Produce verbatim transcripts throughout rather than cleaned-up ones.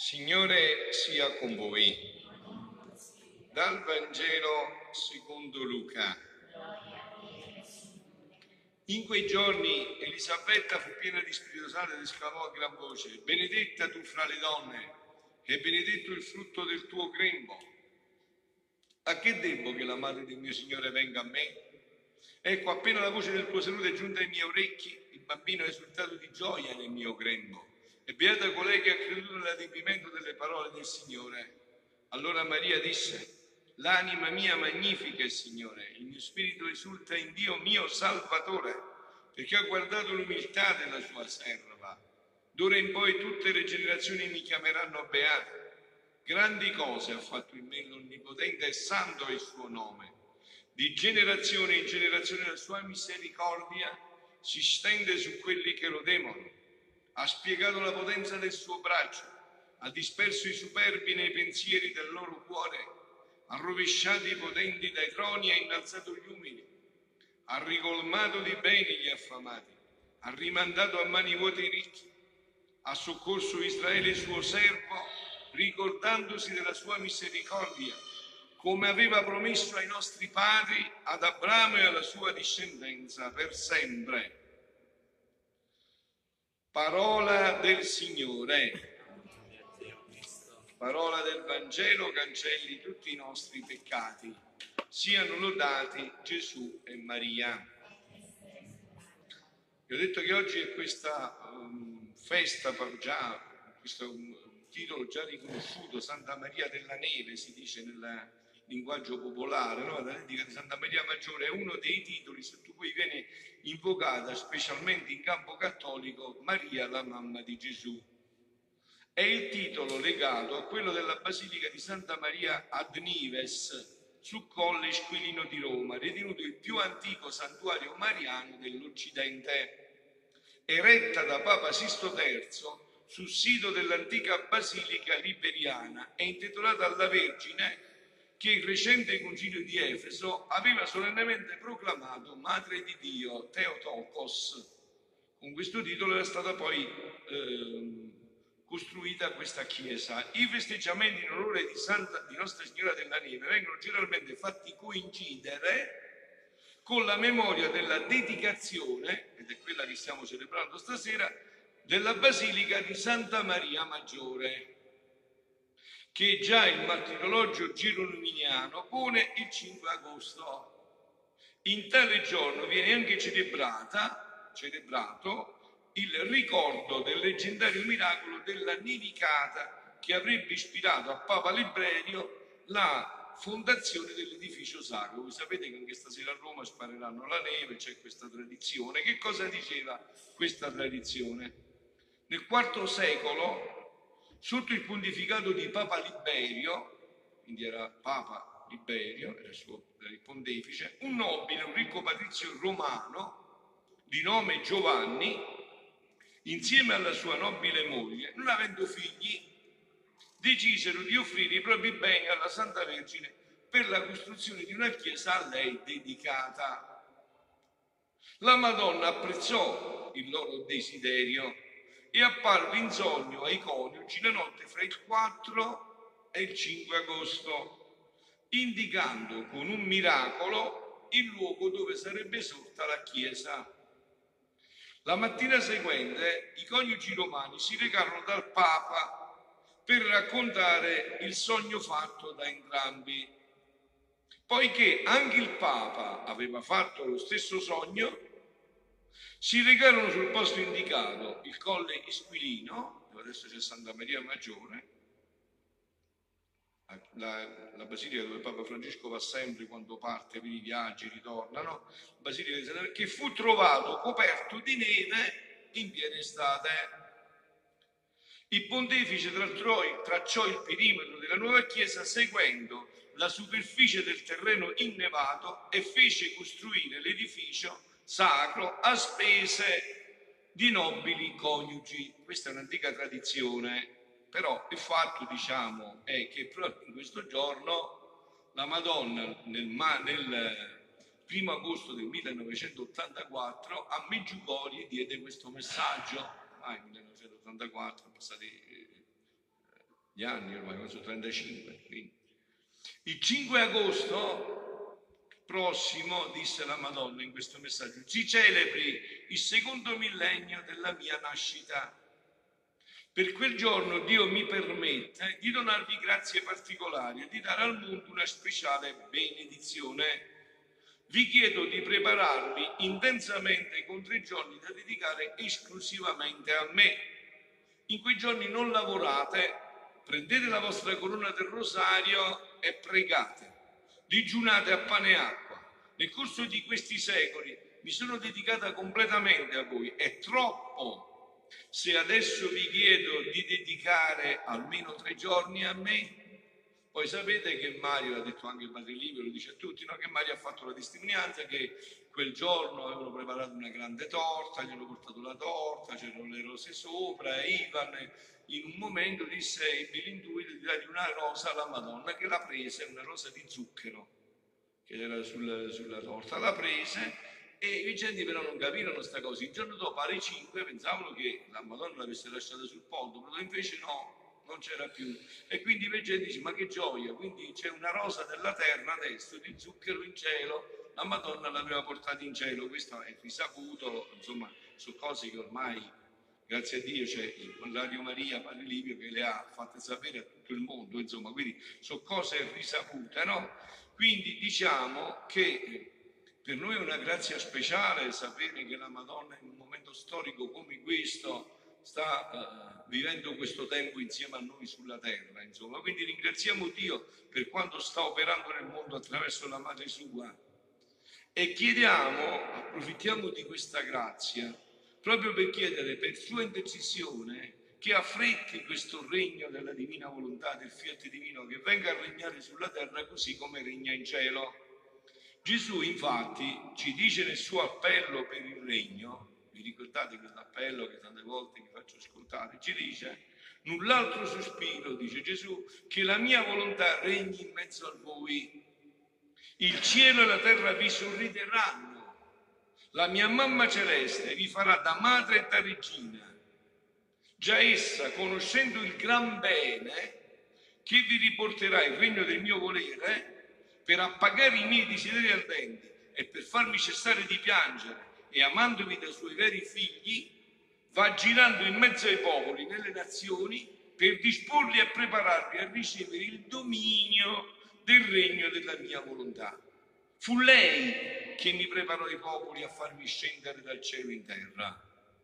Signore sia con voi. Dal Vangelo secondo Luca. In quei giorni Elisabetta fu piena di Spirito Santo ed esclamò a gran voce: benedetta tu fra le donne, e benedetto il frutto del tuo grembo. A che debbo che la madre del mio Signore venga a me? Ecco, appena la voce del tuo saluto è giunta ai miei orecchi, il bambino ha esultato di gioia nel mio grembo. E beata colei che ha creduto nell'adempimento delle parole del Signore. Allora Maria disse: l'anima mia magnifica il Signore, il mio spirito esulta in Dio mio Salvatore, perché ha guardato l'umiltà della sua serva. D'ora in poi tutte le generazioni mi chiameranno beata. Grandi cose ha fatto in me l'Onnipotente e santo è il suo nome. Di generazione in generazione la sua misericordia si stende su quelli che lo temono. Ha spiegato la potenza del suo braccio, ha disperso i superbi nei pensieri del loro cuore, ha rovesciato i potenti dai troni e ha innalzato gli umili, ha ricolmato di beni gli affamati, ha rimandato a mani vuote i ricchi, ha soccorso Israele suo servo, ricordandosi della sua misericordia, come aveva promesso ai nostri padri, ad Abramo e alla sua discendenza per sempre. Parola del Signore, parola del Vangelo, cancelli tutti i nostri peccati. Siano lodati Gesù e Maria. Vi ho detto che oggi è questa um, festa, già, questo um, titolo già riconosciuto, Santa Maria della Neve, si dice nel linguaggio popolare, no? La dedica di Santa Maria Maggiore è uno dei titoli sotto cui viene invocata, specialmente in campo cattolico, Maria la mamma di Gesù. È il titolo legato a quello della Basilica di Santa Maria ad Nives, sul Colle Squilino di Roma, ritenuto il più antico santuario mariano dell'Occidente, eretta da Papa Sisto terzo sul sito dell'antica Basilica Liberiana e intitolata alla Vergine che il recente concilio di Efeso aveva solennemente proclamato Madre di Dio, Theotokos. Con questo titolo era stata poi eh, costruita questa chiesa. I festeggiamenti in onore di, Santa, di Nostra Signora della Neve vengono generalmente fatti coincidere con la memoria della dedicazione, ed è quella che stiamo celebrando stasera, della Basilica di Santa Maria Maggiore, che già il martirologio gironuminiano pone il cinque agosto. In tale giorno viene anche celebrata, celebrato il ricordo del leggendario miracolo della nevicata che avrebbe ispirato a Papa Liberio la fondazione dell'edificio sacro. Voi sapete che anche stasera a Roma spareranno la neve, c'è questa tradizione. Che cosa diceva questa tradizione? Nel quarto secolo, sotto il pontificato di Papa Liberio, quindi era Papa Liberio, era il, suo, era il pontefice, un nobile, un ricco patrizio romano di nome Giovanni, insieme alla sua nobile moglie, non avendo figli, decisero di offrire i propri beni alla Santa Vergine per la costruzione di una chiesa a lei dedicata. La Madonna apprezzò il loro desiderio e apparve in sogno ai coniugi la notte fra il quattro e il cinque agosto, indicando con un miracolo il luogo dove sarebbe sorta la chiesa. La mattina seguente i coniugi romani si recarono dal Papa per raccontare il sogno fatto da entrambi. Poiché anche il Papa aveva fatto lo stesso sogno, si recarono sul posto indicato, il Colle Squilino, dove adesso c'è Santa Maria Maggiore, la, la basilica dove Papa Francesco va sempre quando parte per i viaggi, ritorna, no? Basilica di Santa Maria, che fu trovato coperto di neve in piena estate. Il pontefice tracciò, tracciò il perimetro della nuova chiesa seguendo la superficie del terreno innevato e fece costruire l'edificio sacro a spese di nobili coniugi. Questa è un'antica tradizione, però il fatto, diciamo, è che proprio in questo giorno la Madonna nel, nel primo agosto del millenovecentottantaquattro a Meggiugorie diede questo messaggio. Ah, nel millenovecentottantaquattro, passati gli anni ormai, sono trentacinque. Quindi. Il cinque agosto prossimo, disse la Madonna in questo messaggio, si celebri il secondo millennio della mia nascita. Per quel giorno Dio mi permette di donarvi grazie particolari e di dare al mondo una speciale benedizione. Vi chiedo di prepararvi intensamente con tre giorni da dedicare esclusivamente a me. In quei giorni non lavorate, prendete la vostra corona del rosario e pregate. Digiunate a pane e acqua. Nel corso di questi secoli mi sono dedicata completamente a voi. È troppo. Se adesso vi chiedo di dedicare almeno tre giorni a me, poi sapete che Mario, l'ha detto anche il Padre Livio, lo dice a tutti, no? Che Mario ha fatto la testimonianza che quel giorno avevano preparato una grande torta, gli hanno portato la torta, c'erano le rose sopra, e Ivan in un momento disse, ebbe l'intuito di dargli una rosa alla Madonna, che la prese, una rosa di zucchero che era sul, sulla torta, la prese. E i vicenti però non capirono sta cosa. Il giorno dopo alle cinque pensavano che la Madonna l'avesse lasciata sul podolo, invece no, non c'era più. E quindi i vicenti dicono, ma che gioia, quindi c'è una rosa della terra adesso di zucchero in cielo, la Madonna l'aveva portata in cielo. Questo è risaputo, insomma, su cose che ormai, grazie a Dio, c'è Radio Maria, Padre Livio, che le ha fatte sapere a tutto il mondo, insomma, quindi sono cose risapute, no? Quindi diciamo che per noi è una grazia speciale sapere che la Madonna in un momento storico come questo sta uh, vivendo questo tempo insieme a noi sulla terra, insomma. Quindi ringraziamo Dio per quanto sta operando nel mondo attraverso la Madre sua e chiediamo, approfittiamo di questa grazia proprio per chiedere per sua intercessione che affretti questo regno della divina volontà, del fiat divino, che venga a regnare sulla terra così come regna in cielo. Gesù infatti ci dice nel suo appello per il regno, vi ricordate quell'appello che tante volte vi faccio ascoltare, ci dice, null'altro sospiro, dice Gesù, che la mia volontà regni in mezzo a voi. Il cielo e la terra vi sorrideranno, la mia mamma celeste vi farà da madre e da regina. Già essa, conoscendo il gran bene che vi riporterà il regno del mio volere, per appagare i miei desideri ardenti e per farmi cessare di piangere e amandovi dai suoi veri figli, va girando in mezzo ai popoli, nelle nazioni, per disporli e prepararli a ricevere il dominio del regno della mia volontà. Fu lei che mi preparò i popoli a farmi scendere dal cielo in terra.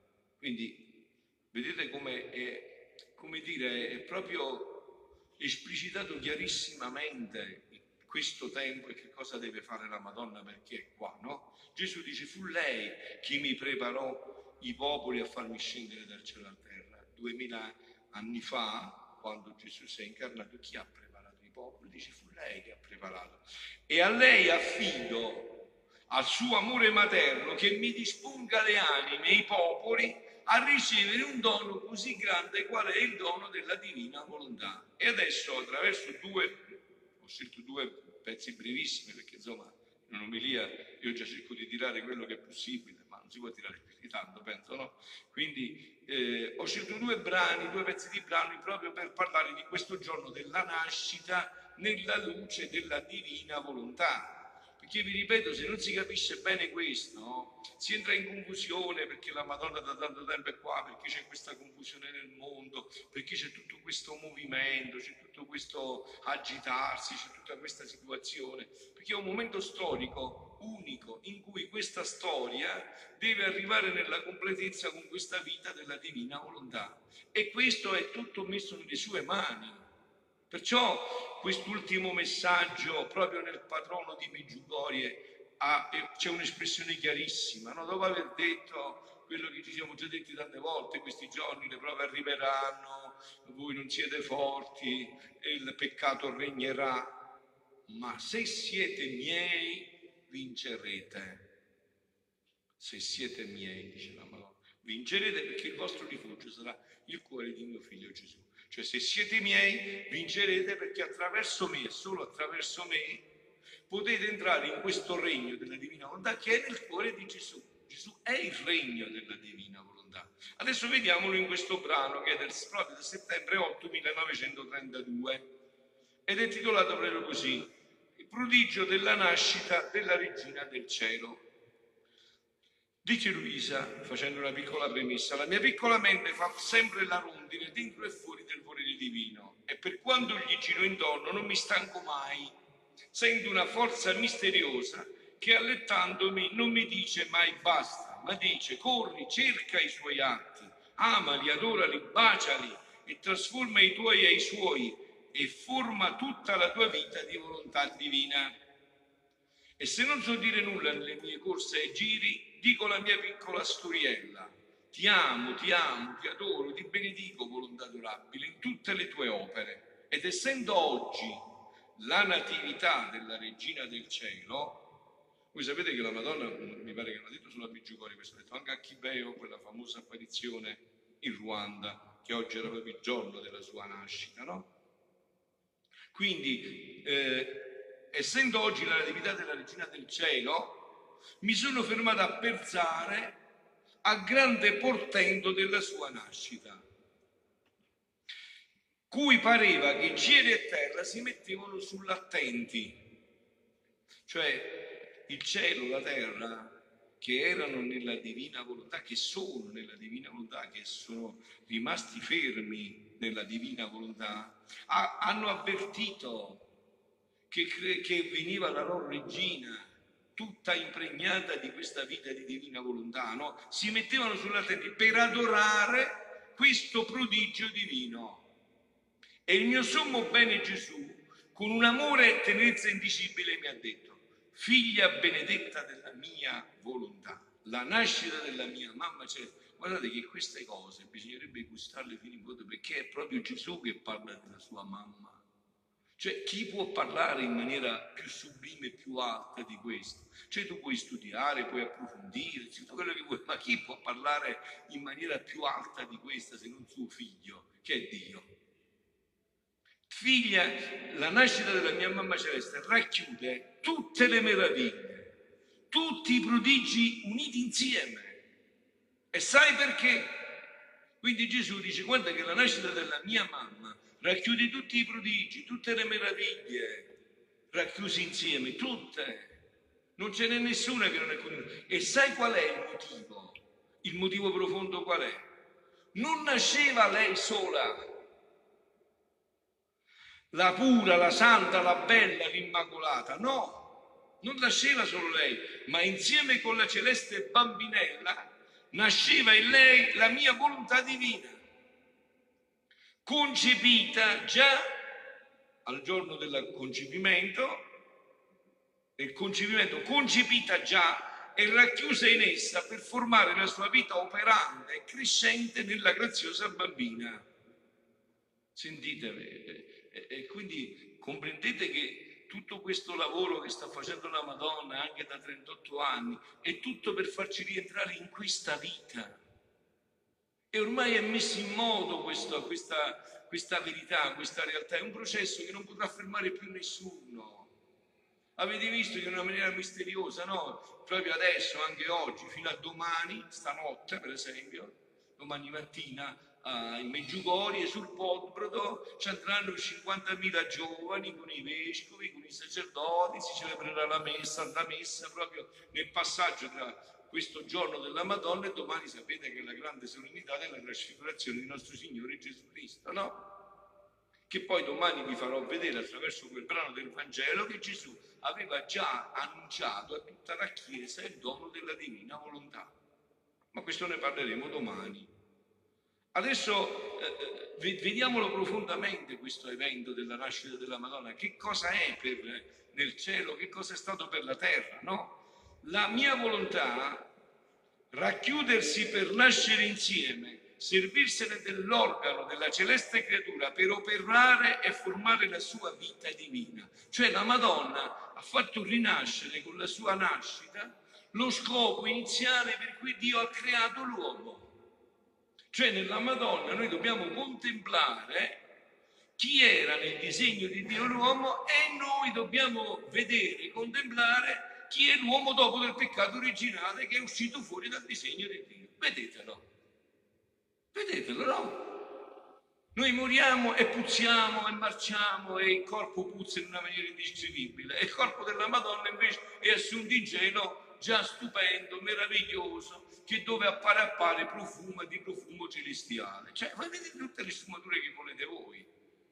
Quindi vedete come è, come dire, è proprio esplicitato chiarissimamente questo tempo e che cosa deve fare la Madonna perché è qua, no? Gesù dice, fu lei che mi preparò i popoli a farmi scendere dal cielo alla terra. Duemila anni fa, quando Gesù si è incarnato, chi ha preparato i popoli? Dice, fu lei che ha preparato. E a lei affido, al suo amore materno, che mi disponga le anime e i popoli a ricevere un dono così grande qual è il dono della divina volontà. E adesso, attraverso due, ho scelto due pezzi brevissimi, perché insomma in un'omelia io già cerco di tirare quello che è possibile, ma non si può tirare più di tanto, penso, no? Quindi eh, ho scelto due brani, due pezzi di brani proprio per parlare di questo giorno della nascita nella luce della divina volontà. Perché vi ripeto, se non si capisce bene questo, si entra in confusione perché la Madonna da tanto tempo è qua, perché c'è questa confusione nel mondo, perché c'è tutto questo movimento, c'è tutto questo agitarsi, c'è tutta questa situazione, perché è un momento storico unico in cui questa storia deve arrivare nella completezza con questa vita della divina volontà. E questo è tutto messo nelle sue mani. Perciò quest'ultimo messaggio, proprio nel patrono di Meggiugorie, ha, c'è un'espressione chiarissima, no? Dopo aver detto quello che ci siamo già detti tante volte, questi giorni le prove arriveranno, voi non siete forti, il peccato regnerà, ma se siete miei vincerete. Se siete miei, dice la Madonna, vincerete perché il vostro rifugio sarà il cuore di mio figlio Gesù. Cioè, se siete miei, vincerete perché attraverso me, e solo attraverso me, potete entrare in questo regno della divina volontà che è nel cuore di Gesù. Gesù è il regno della divina volontà. volontà. Adesso vediamolo in questo brano che è del, proprio del settembre otto millenovecentotrentadue ed è titolato proprio così: il prodigio della nascita della regina del cielo. Dice Luisa, facendo una piccola premessa: la mia piccola mente fa sempre la rondine dentro e fuori del volere divino e per quanto gli giro intorno non mi stanco mai. Sento una forza misteriosa che allettandomi non mi dice mai basta, ma dice corri, cerca i suoi atti, amali, adorali, baciali e trasforma i tuoi ai suoi e forma tutta la tua vita di volontà divina. E se non so dire nulla nelle mie corse e giri, dico la mia piccola storiella: ti amo, ti amo, ti adoro, ti benedico, volontà adorabile, in tutte le tue opere. Ed essendo oggi la natività della regina del cielo, voi sapete che la Madonna, mi pare che l'ha detto sulla Bigiugori, questo ha detto anche a Chibeo, quella famosa apparizione in Ruanda, che oggi era proprio il giorno della sua nascita, no? Quindi, eh, essendo oggi la natività della regina del cielo, mi sono fermato a pensare al grande portento della sua nascita, cui pareva che cielo e terra si mettevano sull'attenti, cioè il cielo, la terra, che erano nella divina volontà, che sono nella divina volontà, che sono rimasti fermi nella divina volontà, ha, hanno avvertito che, che veniva la loro regina, tutta impregnata di questa vita di divina volontà, no? Si mettevano sull'attenti per adorare questo prodigio divino. E il mio sommo bene Gesù, con un amore e tenerezza indicibile, mi ha detto: figlia benedetta della mia volontà, la nascita della mia mamma, cioè, guardate che queste cose bisognerebbe gustarle fino in fondo, perché è proprio Gesù che parla della sua mamma. Cioè, chi può parlare in maniera più sublime e più alta di questo? Cioè, tu puoi studiare, puoi approfondire, tutto quello che vuoi, ma chi può parlare in maniera più alta di questa se non suo figlio, che è Dio? Figlia, la nascita della mia mamma celeste racchiude tutte le meraviglie, tutti i prodigi uniti insieme. E sai perché? Quindi Gesù dice: guarda che la nascita della mia mamma racchiude tutti i prodigi, tutte le meraviglie racchiuse insieme, tutte. Non ce n'è nessuna che non è condivisa. E sai qual è il motivo? Il motivo profondo qual è? Non nasceva lei sola, la pura, la santa, la bella, l'immacolata, no, non nasceva solo lei, ma insieme con la celeste bambinella nasceva in lei la mia volontà divina, concepita già al giorno del concepimento, il concepimento concepita già e racchiusa in essa per formare la sua vita operante e crescente nella graziosa bambina. Sentite, e, e quindi comprendete che tutto questo lavoro che sta facendo la Madonna anche da trentotto anni è tutto per farci rientrare in questa vita. E ormai è messo in moto questo, questa, questa verità, questa realtà. È un processo che non potrà fermare più nessuno. Avete visto che in una maniera misteriosa, no? Proprio adesso, anche oggi, fino a domani, stanotte per esempio, domani mattina, Uh, in Meggiugorie, sul Podbrodo, ci andranno cinquantamila giovani con i vescovi, con i sacerdoti, si celebrerà la messa, la messa proprio nel passaggio tra questo giorno della Madonna e domani sapete che è la grande solennità della trasfigurazione di nostro Signore Gesù Cristo, no? Che poi domani vi farò vedere attraverso quel brano del Vangelo che Gesù aveva già annunciato a tutta la Chiesa il dono della divina volontà. Ma questo ne parleremo domani. Adesso eh, vediamolo profondamente questo evento della nascita della Madonna. Che cosa è per, nel cielo, che cosa è stato per la terra, no? La mia volontà, racchiudersi per nascere insieme, servirsene dell'organo della celeste creatura per operare e formare la sua vita divina. Cioè la Madonna ha fatto rinascere con la sua nascita lo scopo iniziale per cui Dio ha creato l'uomo. Cioè nella Madonna noi dobbiamo contemplare chi era nel disegno di Dio l'uomo e noi dobbiamo vedere, contemplare chi è l'uomo dopo del peccato originale che è uscito fuori dal disegno di Dio. Vedetelo. Vedetelo, no? Noi moriamo e puzziamo e marciamo e il corpo puzza in una maniera indescrivibile e il corpo della Madonna invece è assunto in cielo già stupendo, meraviglioso, che dove appare appare profuma di profumo celestiale. Cioè, voi vedete tutte le sfumature che volete voi.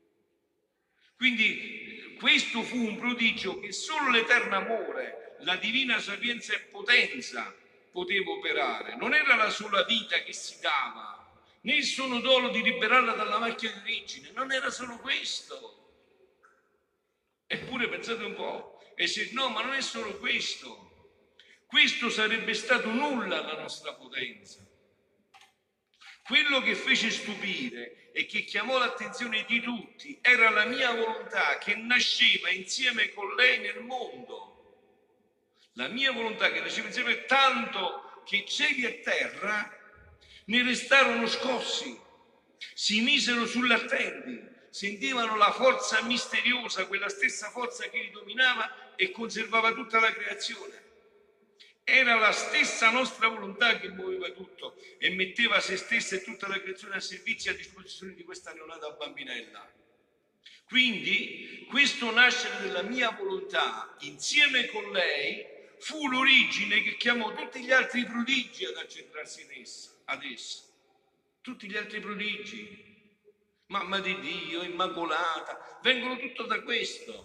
Quindi questo fu un prodigio che solo l'eterno amore, la divina sapienza e potenza poteva operare. Non era la sola vita che si dava, né il solo dolo di liberarla dalla macchia di origine, non era solo questo. Eppure pensate un po', e se no, ma non è solo questo. Questo sarebbe stato nulla la nostra potenza. Quello che fece stupire e che chiamò l'attenzione di tutti era la mia volontà che nasceva insieme con lei nel mondo. La mia volontà che nasceva insieme tanto che cieli e terra ne restarono scossi, si misero sull'attendi, sentivano la forza misteriosa, quella stessa forza che li dominava e conservava tutta la creazione. Era la stessa nostra volontà che muoveva tutto e metteva se stessa e tutta la creazione a servizio e a disposizione di questa neonata bambinella. Quindi questo nascere della mia volontà insieme con lei fu l'origine che chiamò tutti gli altri prodigi ad accentrarsi in essa, ad essa. Tutti gli altri prodigi, Mamma di Dio, Immacolata, vengono tutto da questo.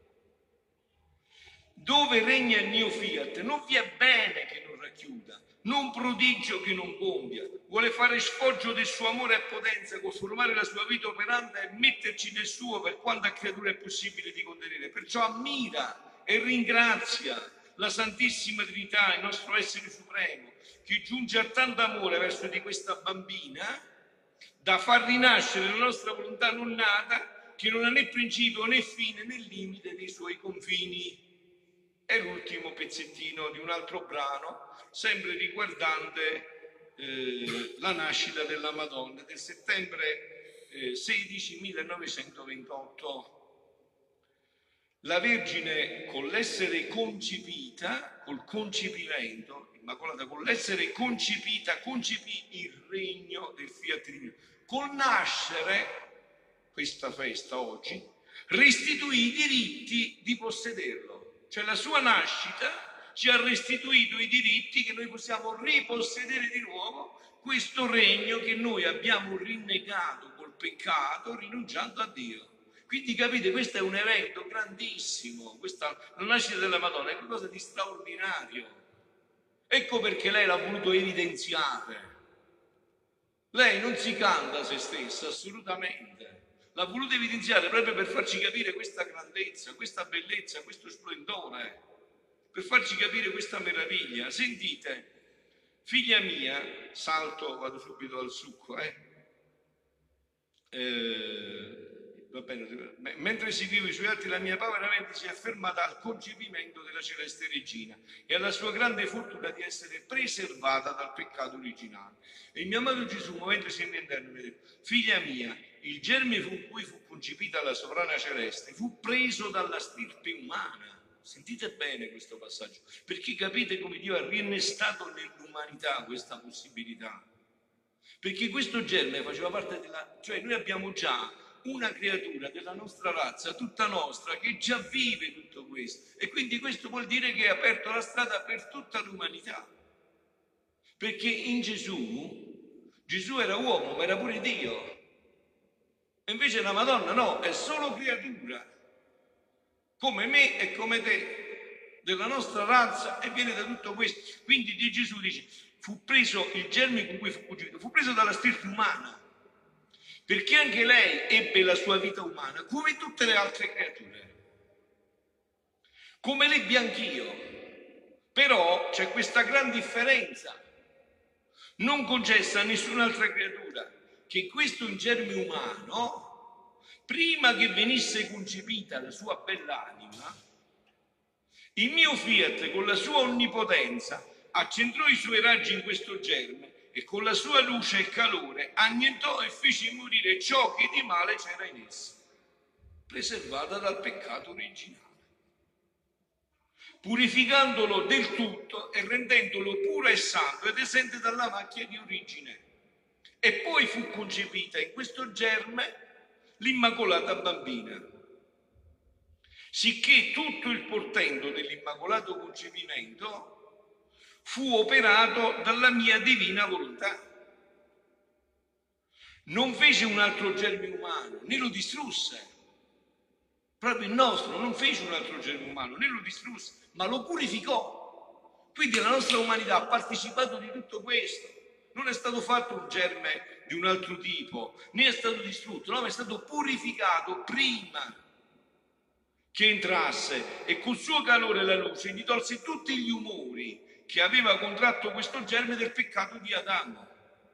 Dove regna il mio fiat, non vi è bene che non racchiuda, non prodigio che non compia. Vuole fare sfoggio del suo amore e potenza, conformare la sua vita operante e metterci nel suo per quanto a creatura è possibile di contenere. Perciò ammira e ringrazia la Santissima Trinità, il nostro essere supremo, che giunge a tanto amore verso di questa bambina da far rinascere la nostra volontà non nata, che non ha né principio né fine né limite dei suoi confini. È l'ultimo pezzettino di un altro brano, sempre riguardante eh, la nascita della Madonna, del settembre eh, sedici millenovecentoventotto. La Vergine, con l'essere concepita, col concepimento, Immacolata, con l'essere concepita, concepì il regno del Fiat Divino. Col nascere, questa festa oggi, restituì i diritti di possederlo. Cioè la sua nascita ci ha restituito i diritti che noi possiamo ripossedere di nuovo questo regno che noi abbiamo rinnegato col peccato rinunciando a Dio. Quindi capite, questo è un evento grandissimo, questa, la nascita della Madonna è qualcosa di straordinario. Ecco perché lei l'ha voluto evidenziare. Lei non si canta a se stessa, assolutamente. L'ha voluto evidenziare proprio per farci capire questa grandezza, questa bellezza, questo splendore, per farci capire questa meraviglia. Sentite, figlia mia, salto, vado subito al succo, eh? Eh, va bene, mentre seguivo i suoi atti la mia povera mente si è fermata al concepimento della celeste regina e alla sua grande fortuna di essere preservata dal peccato originale. E il mio amato Gesù, muovendosi in mio interno, mi ha detto: figlia mia, il germe con cui fu concepita la sovrana celeste fu preso dalla stirpe umana. Sentite bene questo passaggio, perché capite come Dio ha rinnestato nell'umanità questa possibilità. Perché questo germe faceva parte della... cioè noi abbiamo già una creatura della nostra razza, tutta nostra, che già vive tutto questo. E quindi questo vuol dire che ha aperto la strada per tutta l'umanità. Perché in Gesù, Gesù era uomo, ma era pure Dio. E invece la Madonna no, è solo creatura, come me e come te, della nostra razza, e viene da tutto questo. Quindi di Gesù dice, fu preso il germe con cui fu concepito, fu preso dalla stirpe umana, perché anche lei ebbe la sua vita umana, come tutte le altre creature, come l'ebbi anch'io. Però c'è questa gran differenza, non concessa a nessun'altra creatura, che questo germe umano, prima che venisse concepita la sua bella anima, il mio Fiat con la sua onnipotenza accentrò i suoi raggi in questo germe e con la sua luce e calore annientò e fece morire ciò che di male c'era in essa, preservata dal peccato originale, purificandolo del tutto e rendendolo puro e santo ed esente dalla macchia di origine. E poi fu concepita in questo germe l'Immacolata Bambina, sicché tutto il portento dell'immacolato concepimento fu operato dalla mia divina volontà. Non fece un altro germe umano, né lo distrusse. Proprio il nostro non fece un altro germe umano, né lo distrusse, ma lo purificò. Quindi la nostra umanità ha partecipato di tutto questo. Non è stato fatto un germe di un altro tipo, né è stato distrutto, no, ma è stato purificato prima che entrasse, e col suo calore la luce gli tolse tutti gli umori che aveva contratto questo germe del peccato di Adamo,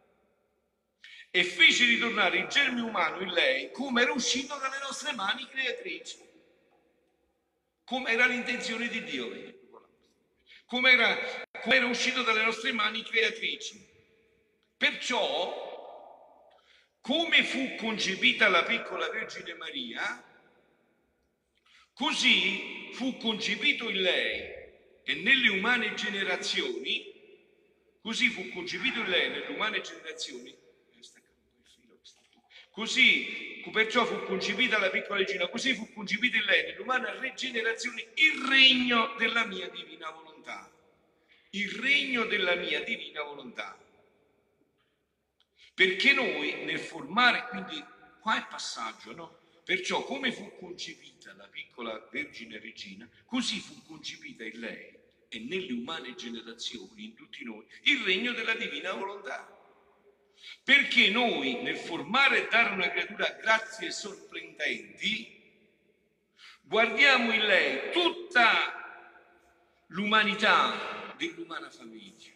e fece ritornare il germe umano in lei come era uscito dalle nostre mani creatrici, come era l'intenzione di Dio, come era, come era uscito dalle nostre mani creatrici. Perciò, come fu concepita la piccola Vergine Maria, così fu concepito in lei e nelle umane generazioni, così fu concepito in lei nelle umane generazioni, così, perciò fu concepita la piccola regina, così fu concepito in lei nelle umane rigenerazioni il regno della mia divina volontà. Il regno della mia divina volontà. Perché noi nel formare, quindi qua è passaggio, no? Perciò come fu concepita la piccola Vergine Regina, così fu concepita in lei e nelle umane generazioni, in tutti noi, il regno della divina volontà. Perché noi nel formare e dare una creatura grazie sorprendenti, guardiamo in lei tutta l'umanità dell'umana famiglia.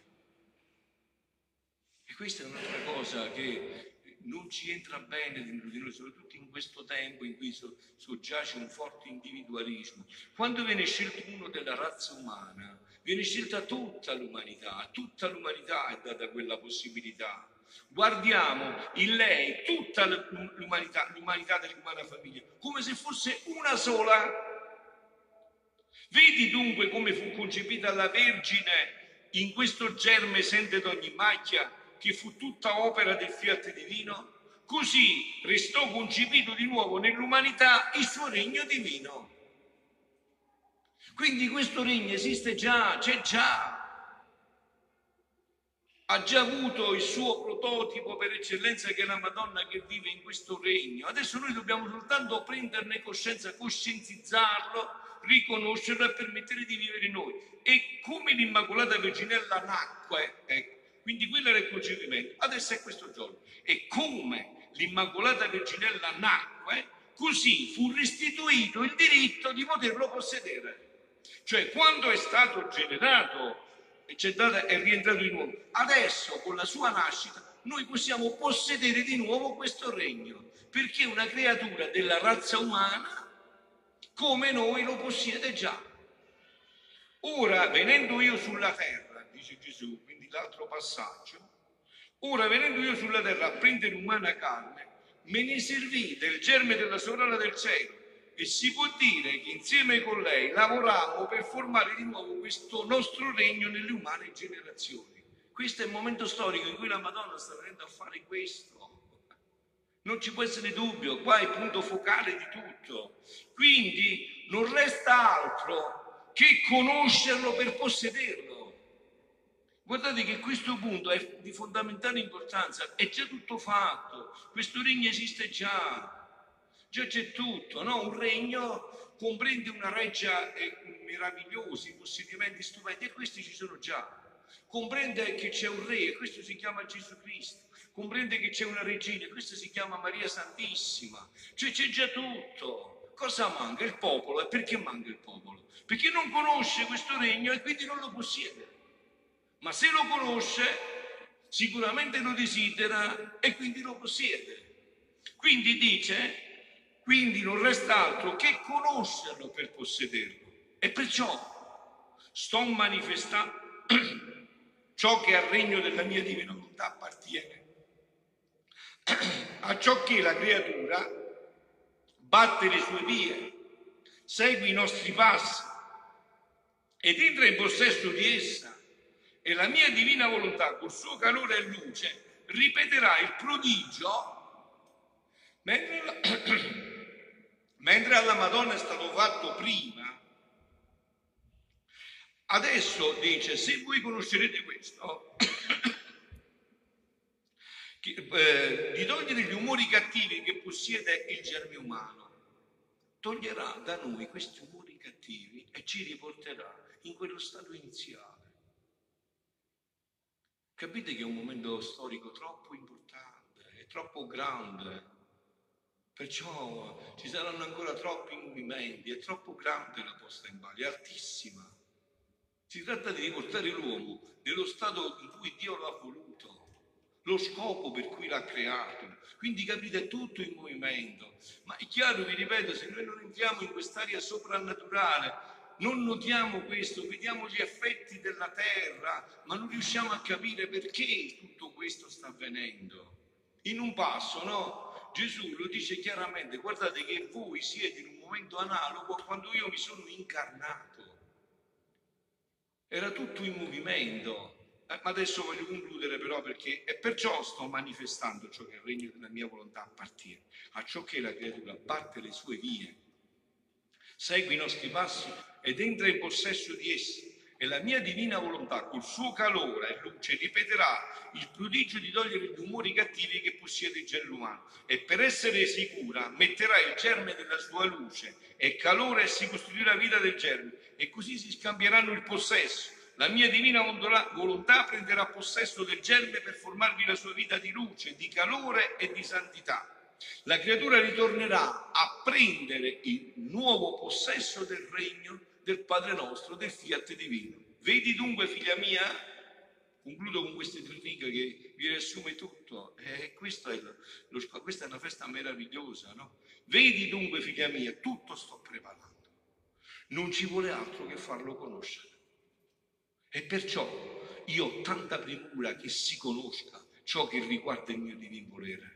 E questa è un'altra cosa che non ci entra bene dentro di noi, soprattutto in questo tempo in cui so, soggiace un forte individualismo. Quando viene scelto uno della razza umana, viene scelta tutta l'umanità, tutta l'umanità è data quella possibilità. Guardiamo in lei tutta l'umanità, l'umanità dell'umana famiglia, come se fosse una sola. Vedi dunque come fu concepita la Vergine in questo germe esente d'ogni macchia, che fu tutta opera del fiat divino? Così restò concepito di nuovo nell'umanità il suo regno divino. Quindi questo regno esiste già, c'è già. Ha già avuto il suo prototipo per eccellenza, che è la Madonna che vive in questo regno. Adesso noi dobbiamo soltanto prenderne coscienza, coscientizzarlo, riconoscerlo e permettere di vivere in noi. E come l'Immacolata Verginella nacque, ecco, quindi quello era il concepimento, adesso è questo giorno. E come l'Immacolata Verginella nacque, così fu restituito il diritto di poterlo possedere. Cioè, quando è stato generato, c'è data, è rientrato di nuovo, adesso con la sua nascita noi possiamo possedere di nuovo questo regno, perché una creatura della razza umana come noi lo possiede già. Ora, venendo io sulla terra, dice Gesù, quindi l'altro passaggio, ora venendo io sulla terra a prendere umana carne, me ne servì del germe della sorella del cielo, e si può dire che insieme con lei lavorammo per formare di nuovo questo nostro regno nelle umane generazioni. Questo è il momento storico in cui la Madonna sta venendo a fare questo. Non ci può essere dubbio, qua è il punto focale di tutto. Quindi non resta altro che conoscerlo per possederlo. Guardate che questo punto è di fondamentale importanza, è già tutto fatto, questo regno esiste già. Già c'è tutto, no? Un regno comprende una reggia eh, meravigliosi, possedimenti stupendi, e questi ci sono già. Comprende che c'è un re, e questo si chiama Gesù Cristo. Comprende che c'è una regina, e questa si chiama Maria Santissima. Cioè c'è già tutto. Cosa manca? Il popolo. E perché manca il popolo? Perché non conosce questo regno e quindi non lo possiede. Ma se lo conosce, sicuramente lo desidera e quindi lo possiede. Quindi dice... Quindi non resta altro che conoscerlo per possederlo. E perciò sto manifestando ciò che al regno della mia divina volontà appartiene. A ciò che la creatura batte le sue vie, segue i nostri passi ed entra in possesso di essa. E la mia divina volontà, col suo calore e luce, ripeterà il prodigio mentre, la, mentre alla Madonna è stato fatto prima. Adesso dice, se voi conoscerete questo, che, eh, di togliere gli umori cattivi che possiede il germe umano, toglierà da noi questi umori cattivi e ci riporterà in quello stato iniziale. Capite che è un momento storico troppo importante, è troppo grande, perciò ci saranno ancora troppi movimenti, è troppo grande la posta in ballo, è altissima. Si tratta di riportare l'uomo nello stato in cui Dio l'ha voluto, lo scopo per cui l'ha creato. Quindi capite, tutto in movimento. Ma è chiaro, vi ripeto, se noi non entriamo in quest'area soprannaturale, non notiamo questo, vediamo gli effetti della terra, ma non riusciamo a capire perché tutto questo sta avvenendo. In un passo, no? Gesù lo dice chiaramente, guardate che voi siete in un momento analogo a quando io mi sono incarnato. Era tutto in movimento. Eh, ma adesso voglio concludere però perché, e perciò sto manifestando ciò che il regno della mia volontà appartiene, a ciò che la creatura batte le sue vie, segui i nostri passi ed entra in possesso di essi, e la mia divina volontà col suo calore e luce ripeterà il prodigio di togliere gli umori cattivi che possiede il genere umano, e per essere sicura metterà il germe della sua luce e calore e si costituirà la vita del germe, e così si scambieranno il possesso. La mia divina volontà prenderà possesso del germe per formarvi la sua vita di luce, di calore e di santità. La creatura ritornerà a prendere il nuovo possesso del regno del Padre nostro, del fiat divino. Vedi dunque, figlia mia, concludo con queste tre righe che vi riassume tutto, e questo è lo, lo, questa è una festa meravigliosa, no? Vedi dunque, figlia mia, tutto sto preparando, non ci vuole altro che farlo conoscere, e perciò io ho tanta premura che si conosca ciò che riguarda il mio divin volere,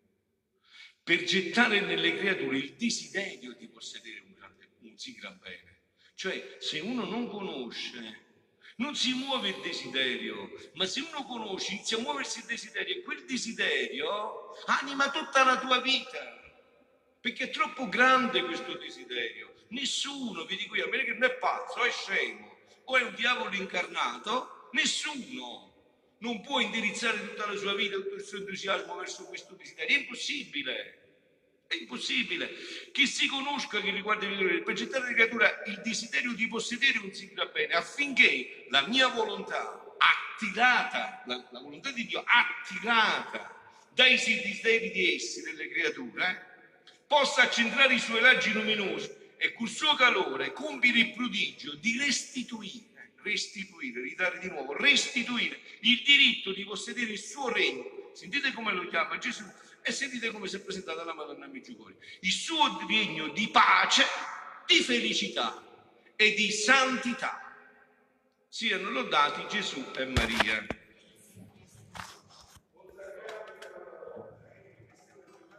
per gettare nelle creature il desiderio di possedere un, grande, un sì gran bene. Cioè, se uno non conosce, non si muove il desiderio, ma se uno conosce, inizia a muoversi il desiderio, e quel desiderio anima tutta la tua vita, perché è troppo grande questo desiderio. Nessuno, vi dico io, a meno che non è pazzo, è scemo, o è un diavolo incarnato, nessuno non può indirizzare tutta la sua vita, tutto il suo entusiasmo verso questo desiderio. È impossibile. È impossibile che si conosca che riguarda il desiderio, per gettare nella creatura il desiderio di possedere un sì gran bene, affinché la mia volontà, attirata, la, la volontà di Dio, attirata dai desideri di essi, delle creature, eh, possa accentrare i suoi raggi luminosi e col suo calore compiere il prodigio di restituire, restituire, ridare di nuovo, restituire il diritto di possedere il suo regno. Sentite come lo chiama Gesù, e sentite come si è presentata la Madonna a Medjugorje: il suo regno di pace, di felicità e di santità. Siano lodati Gesù e Maria.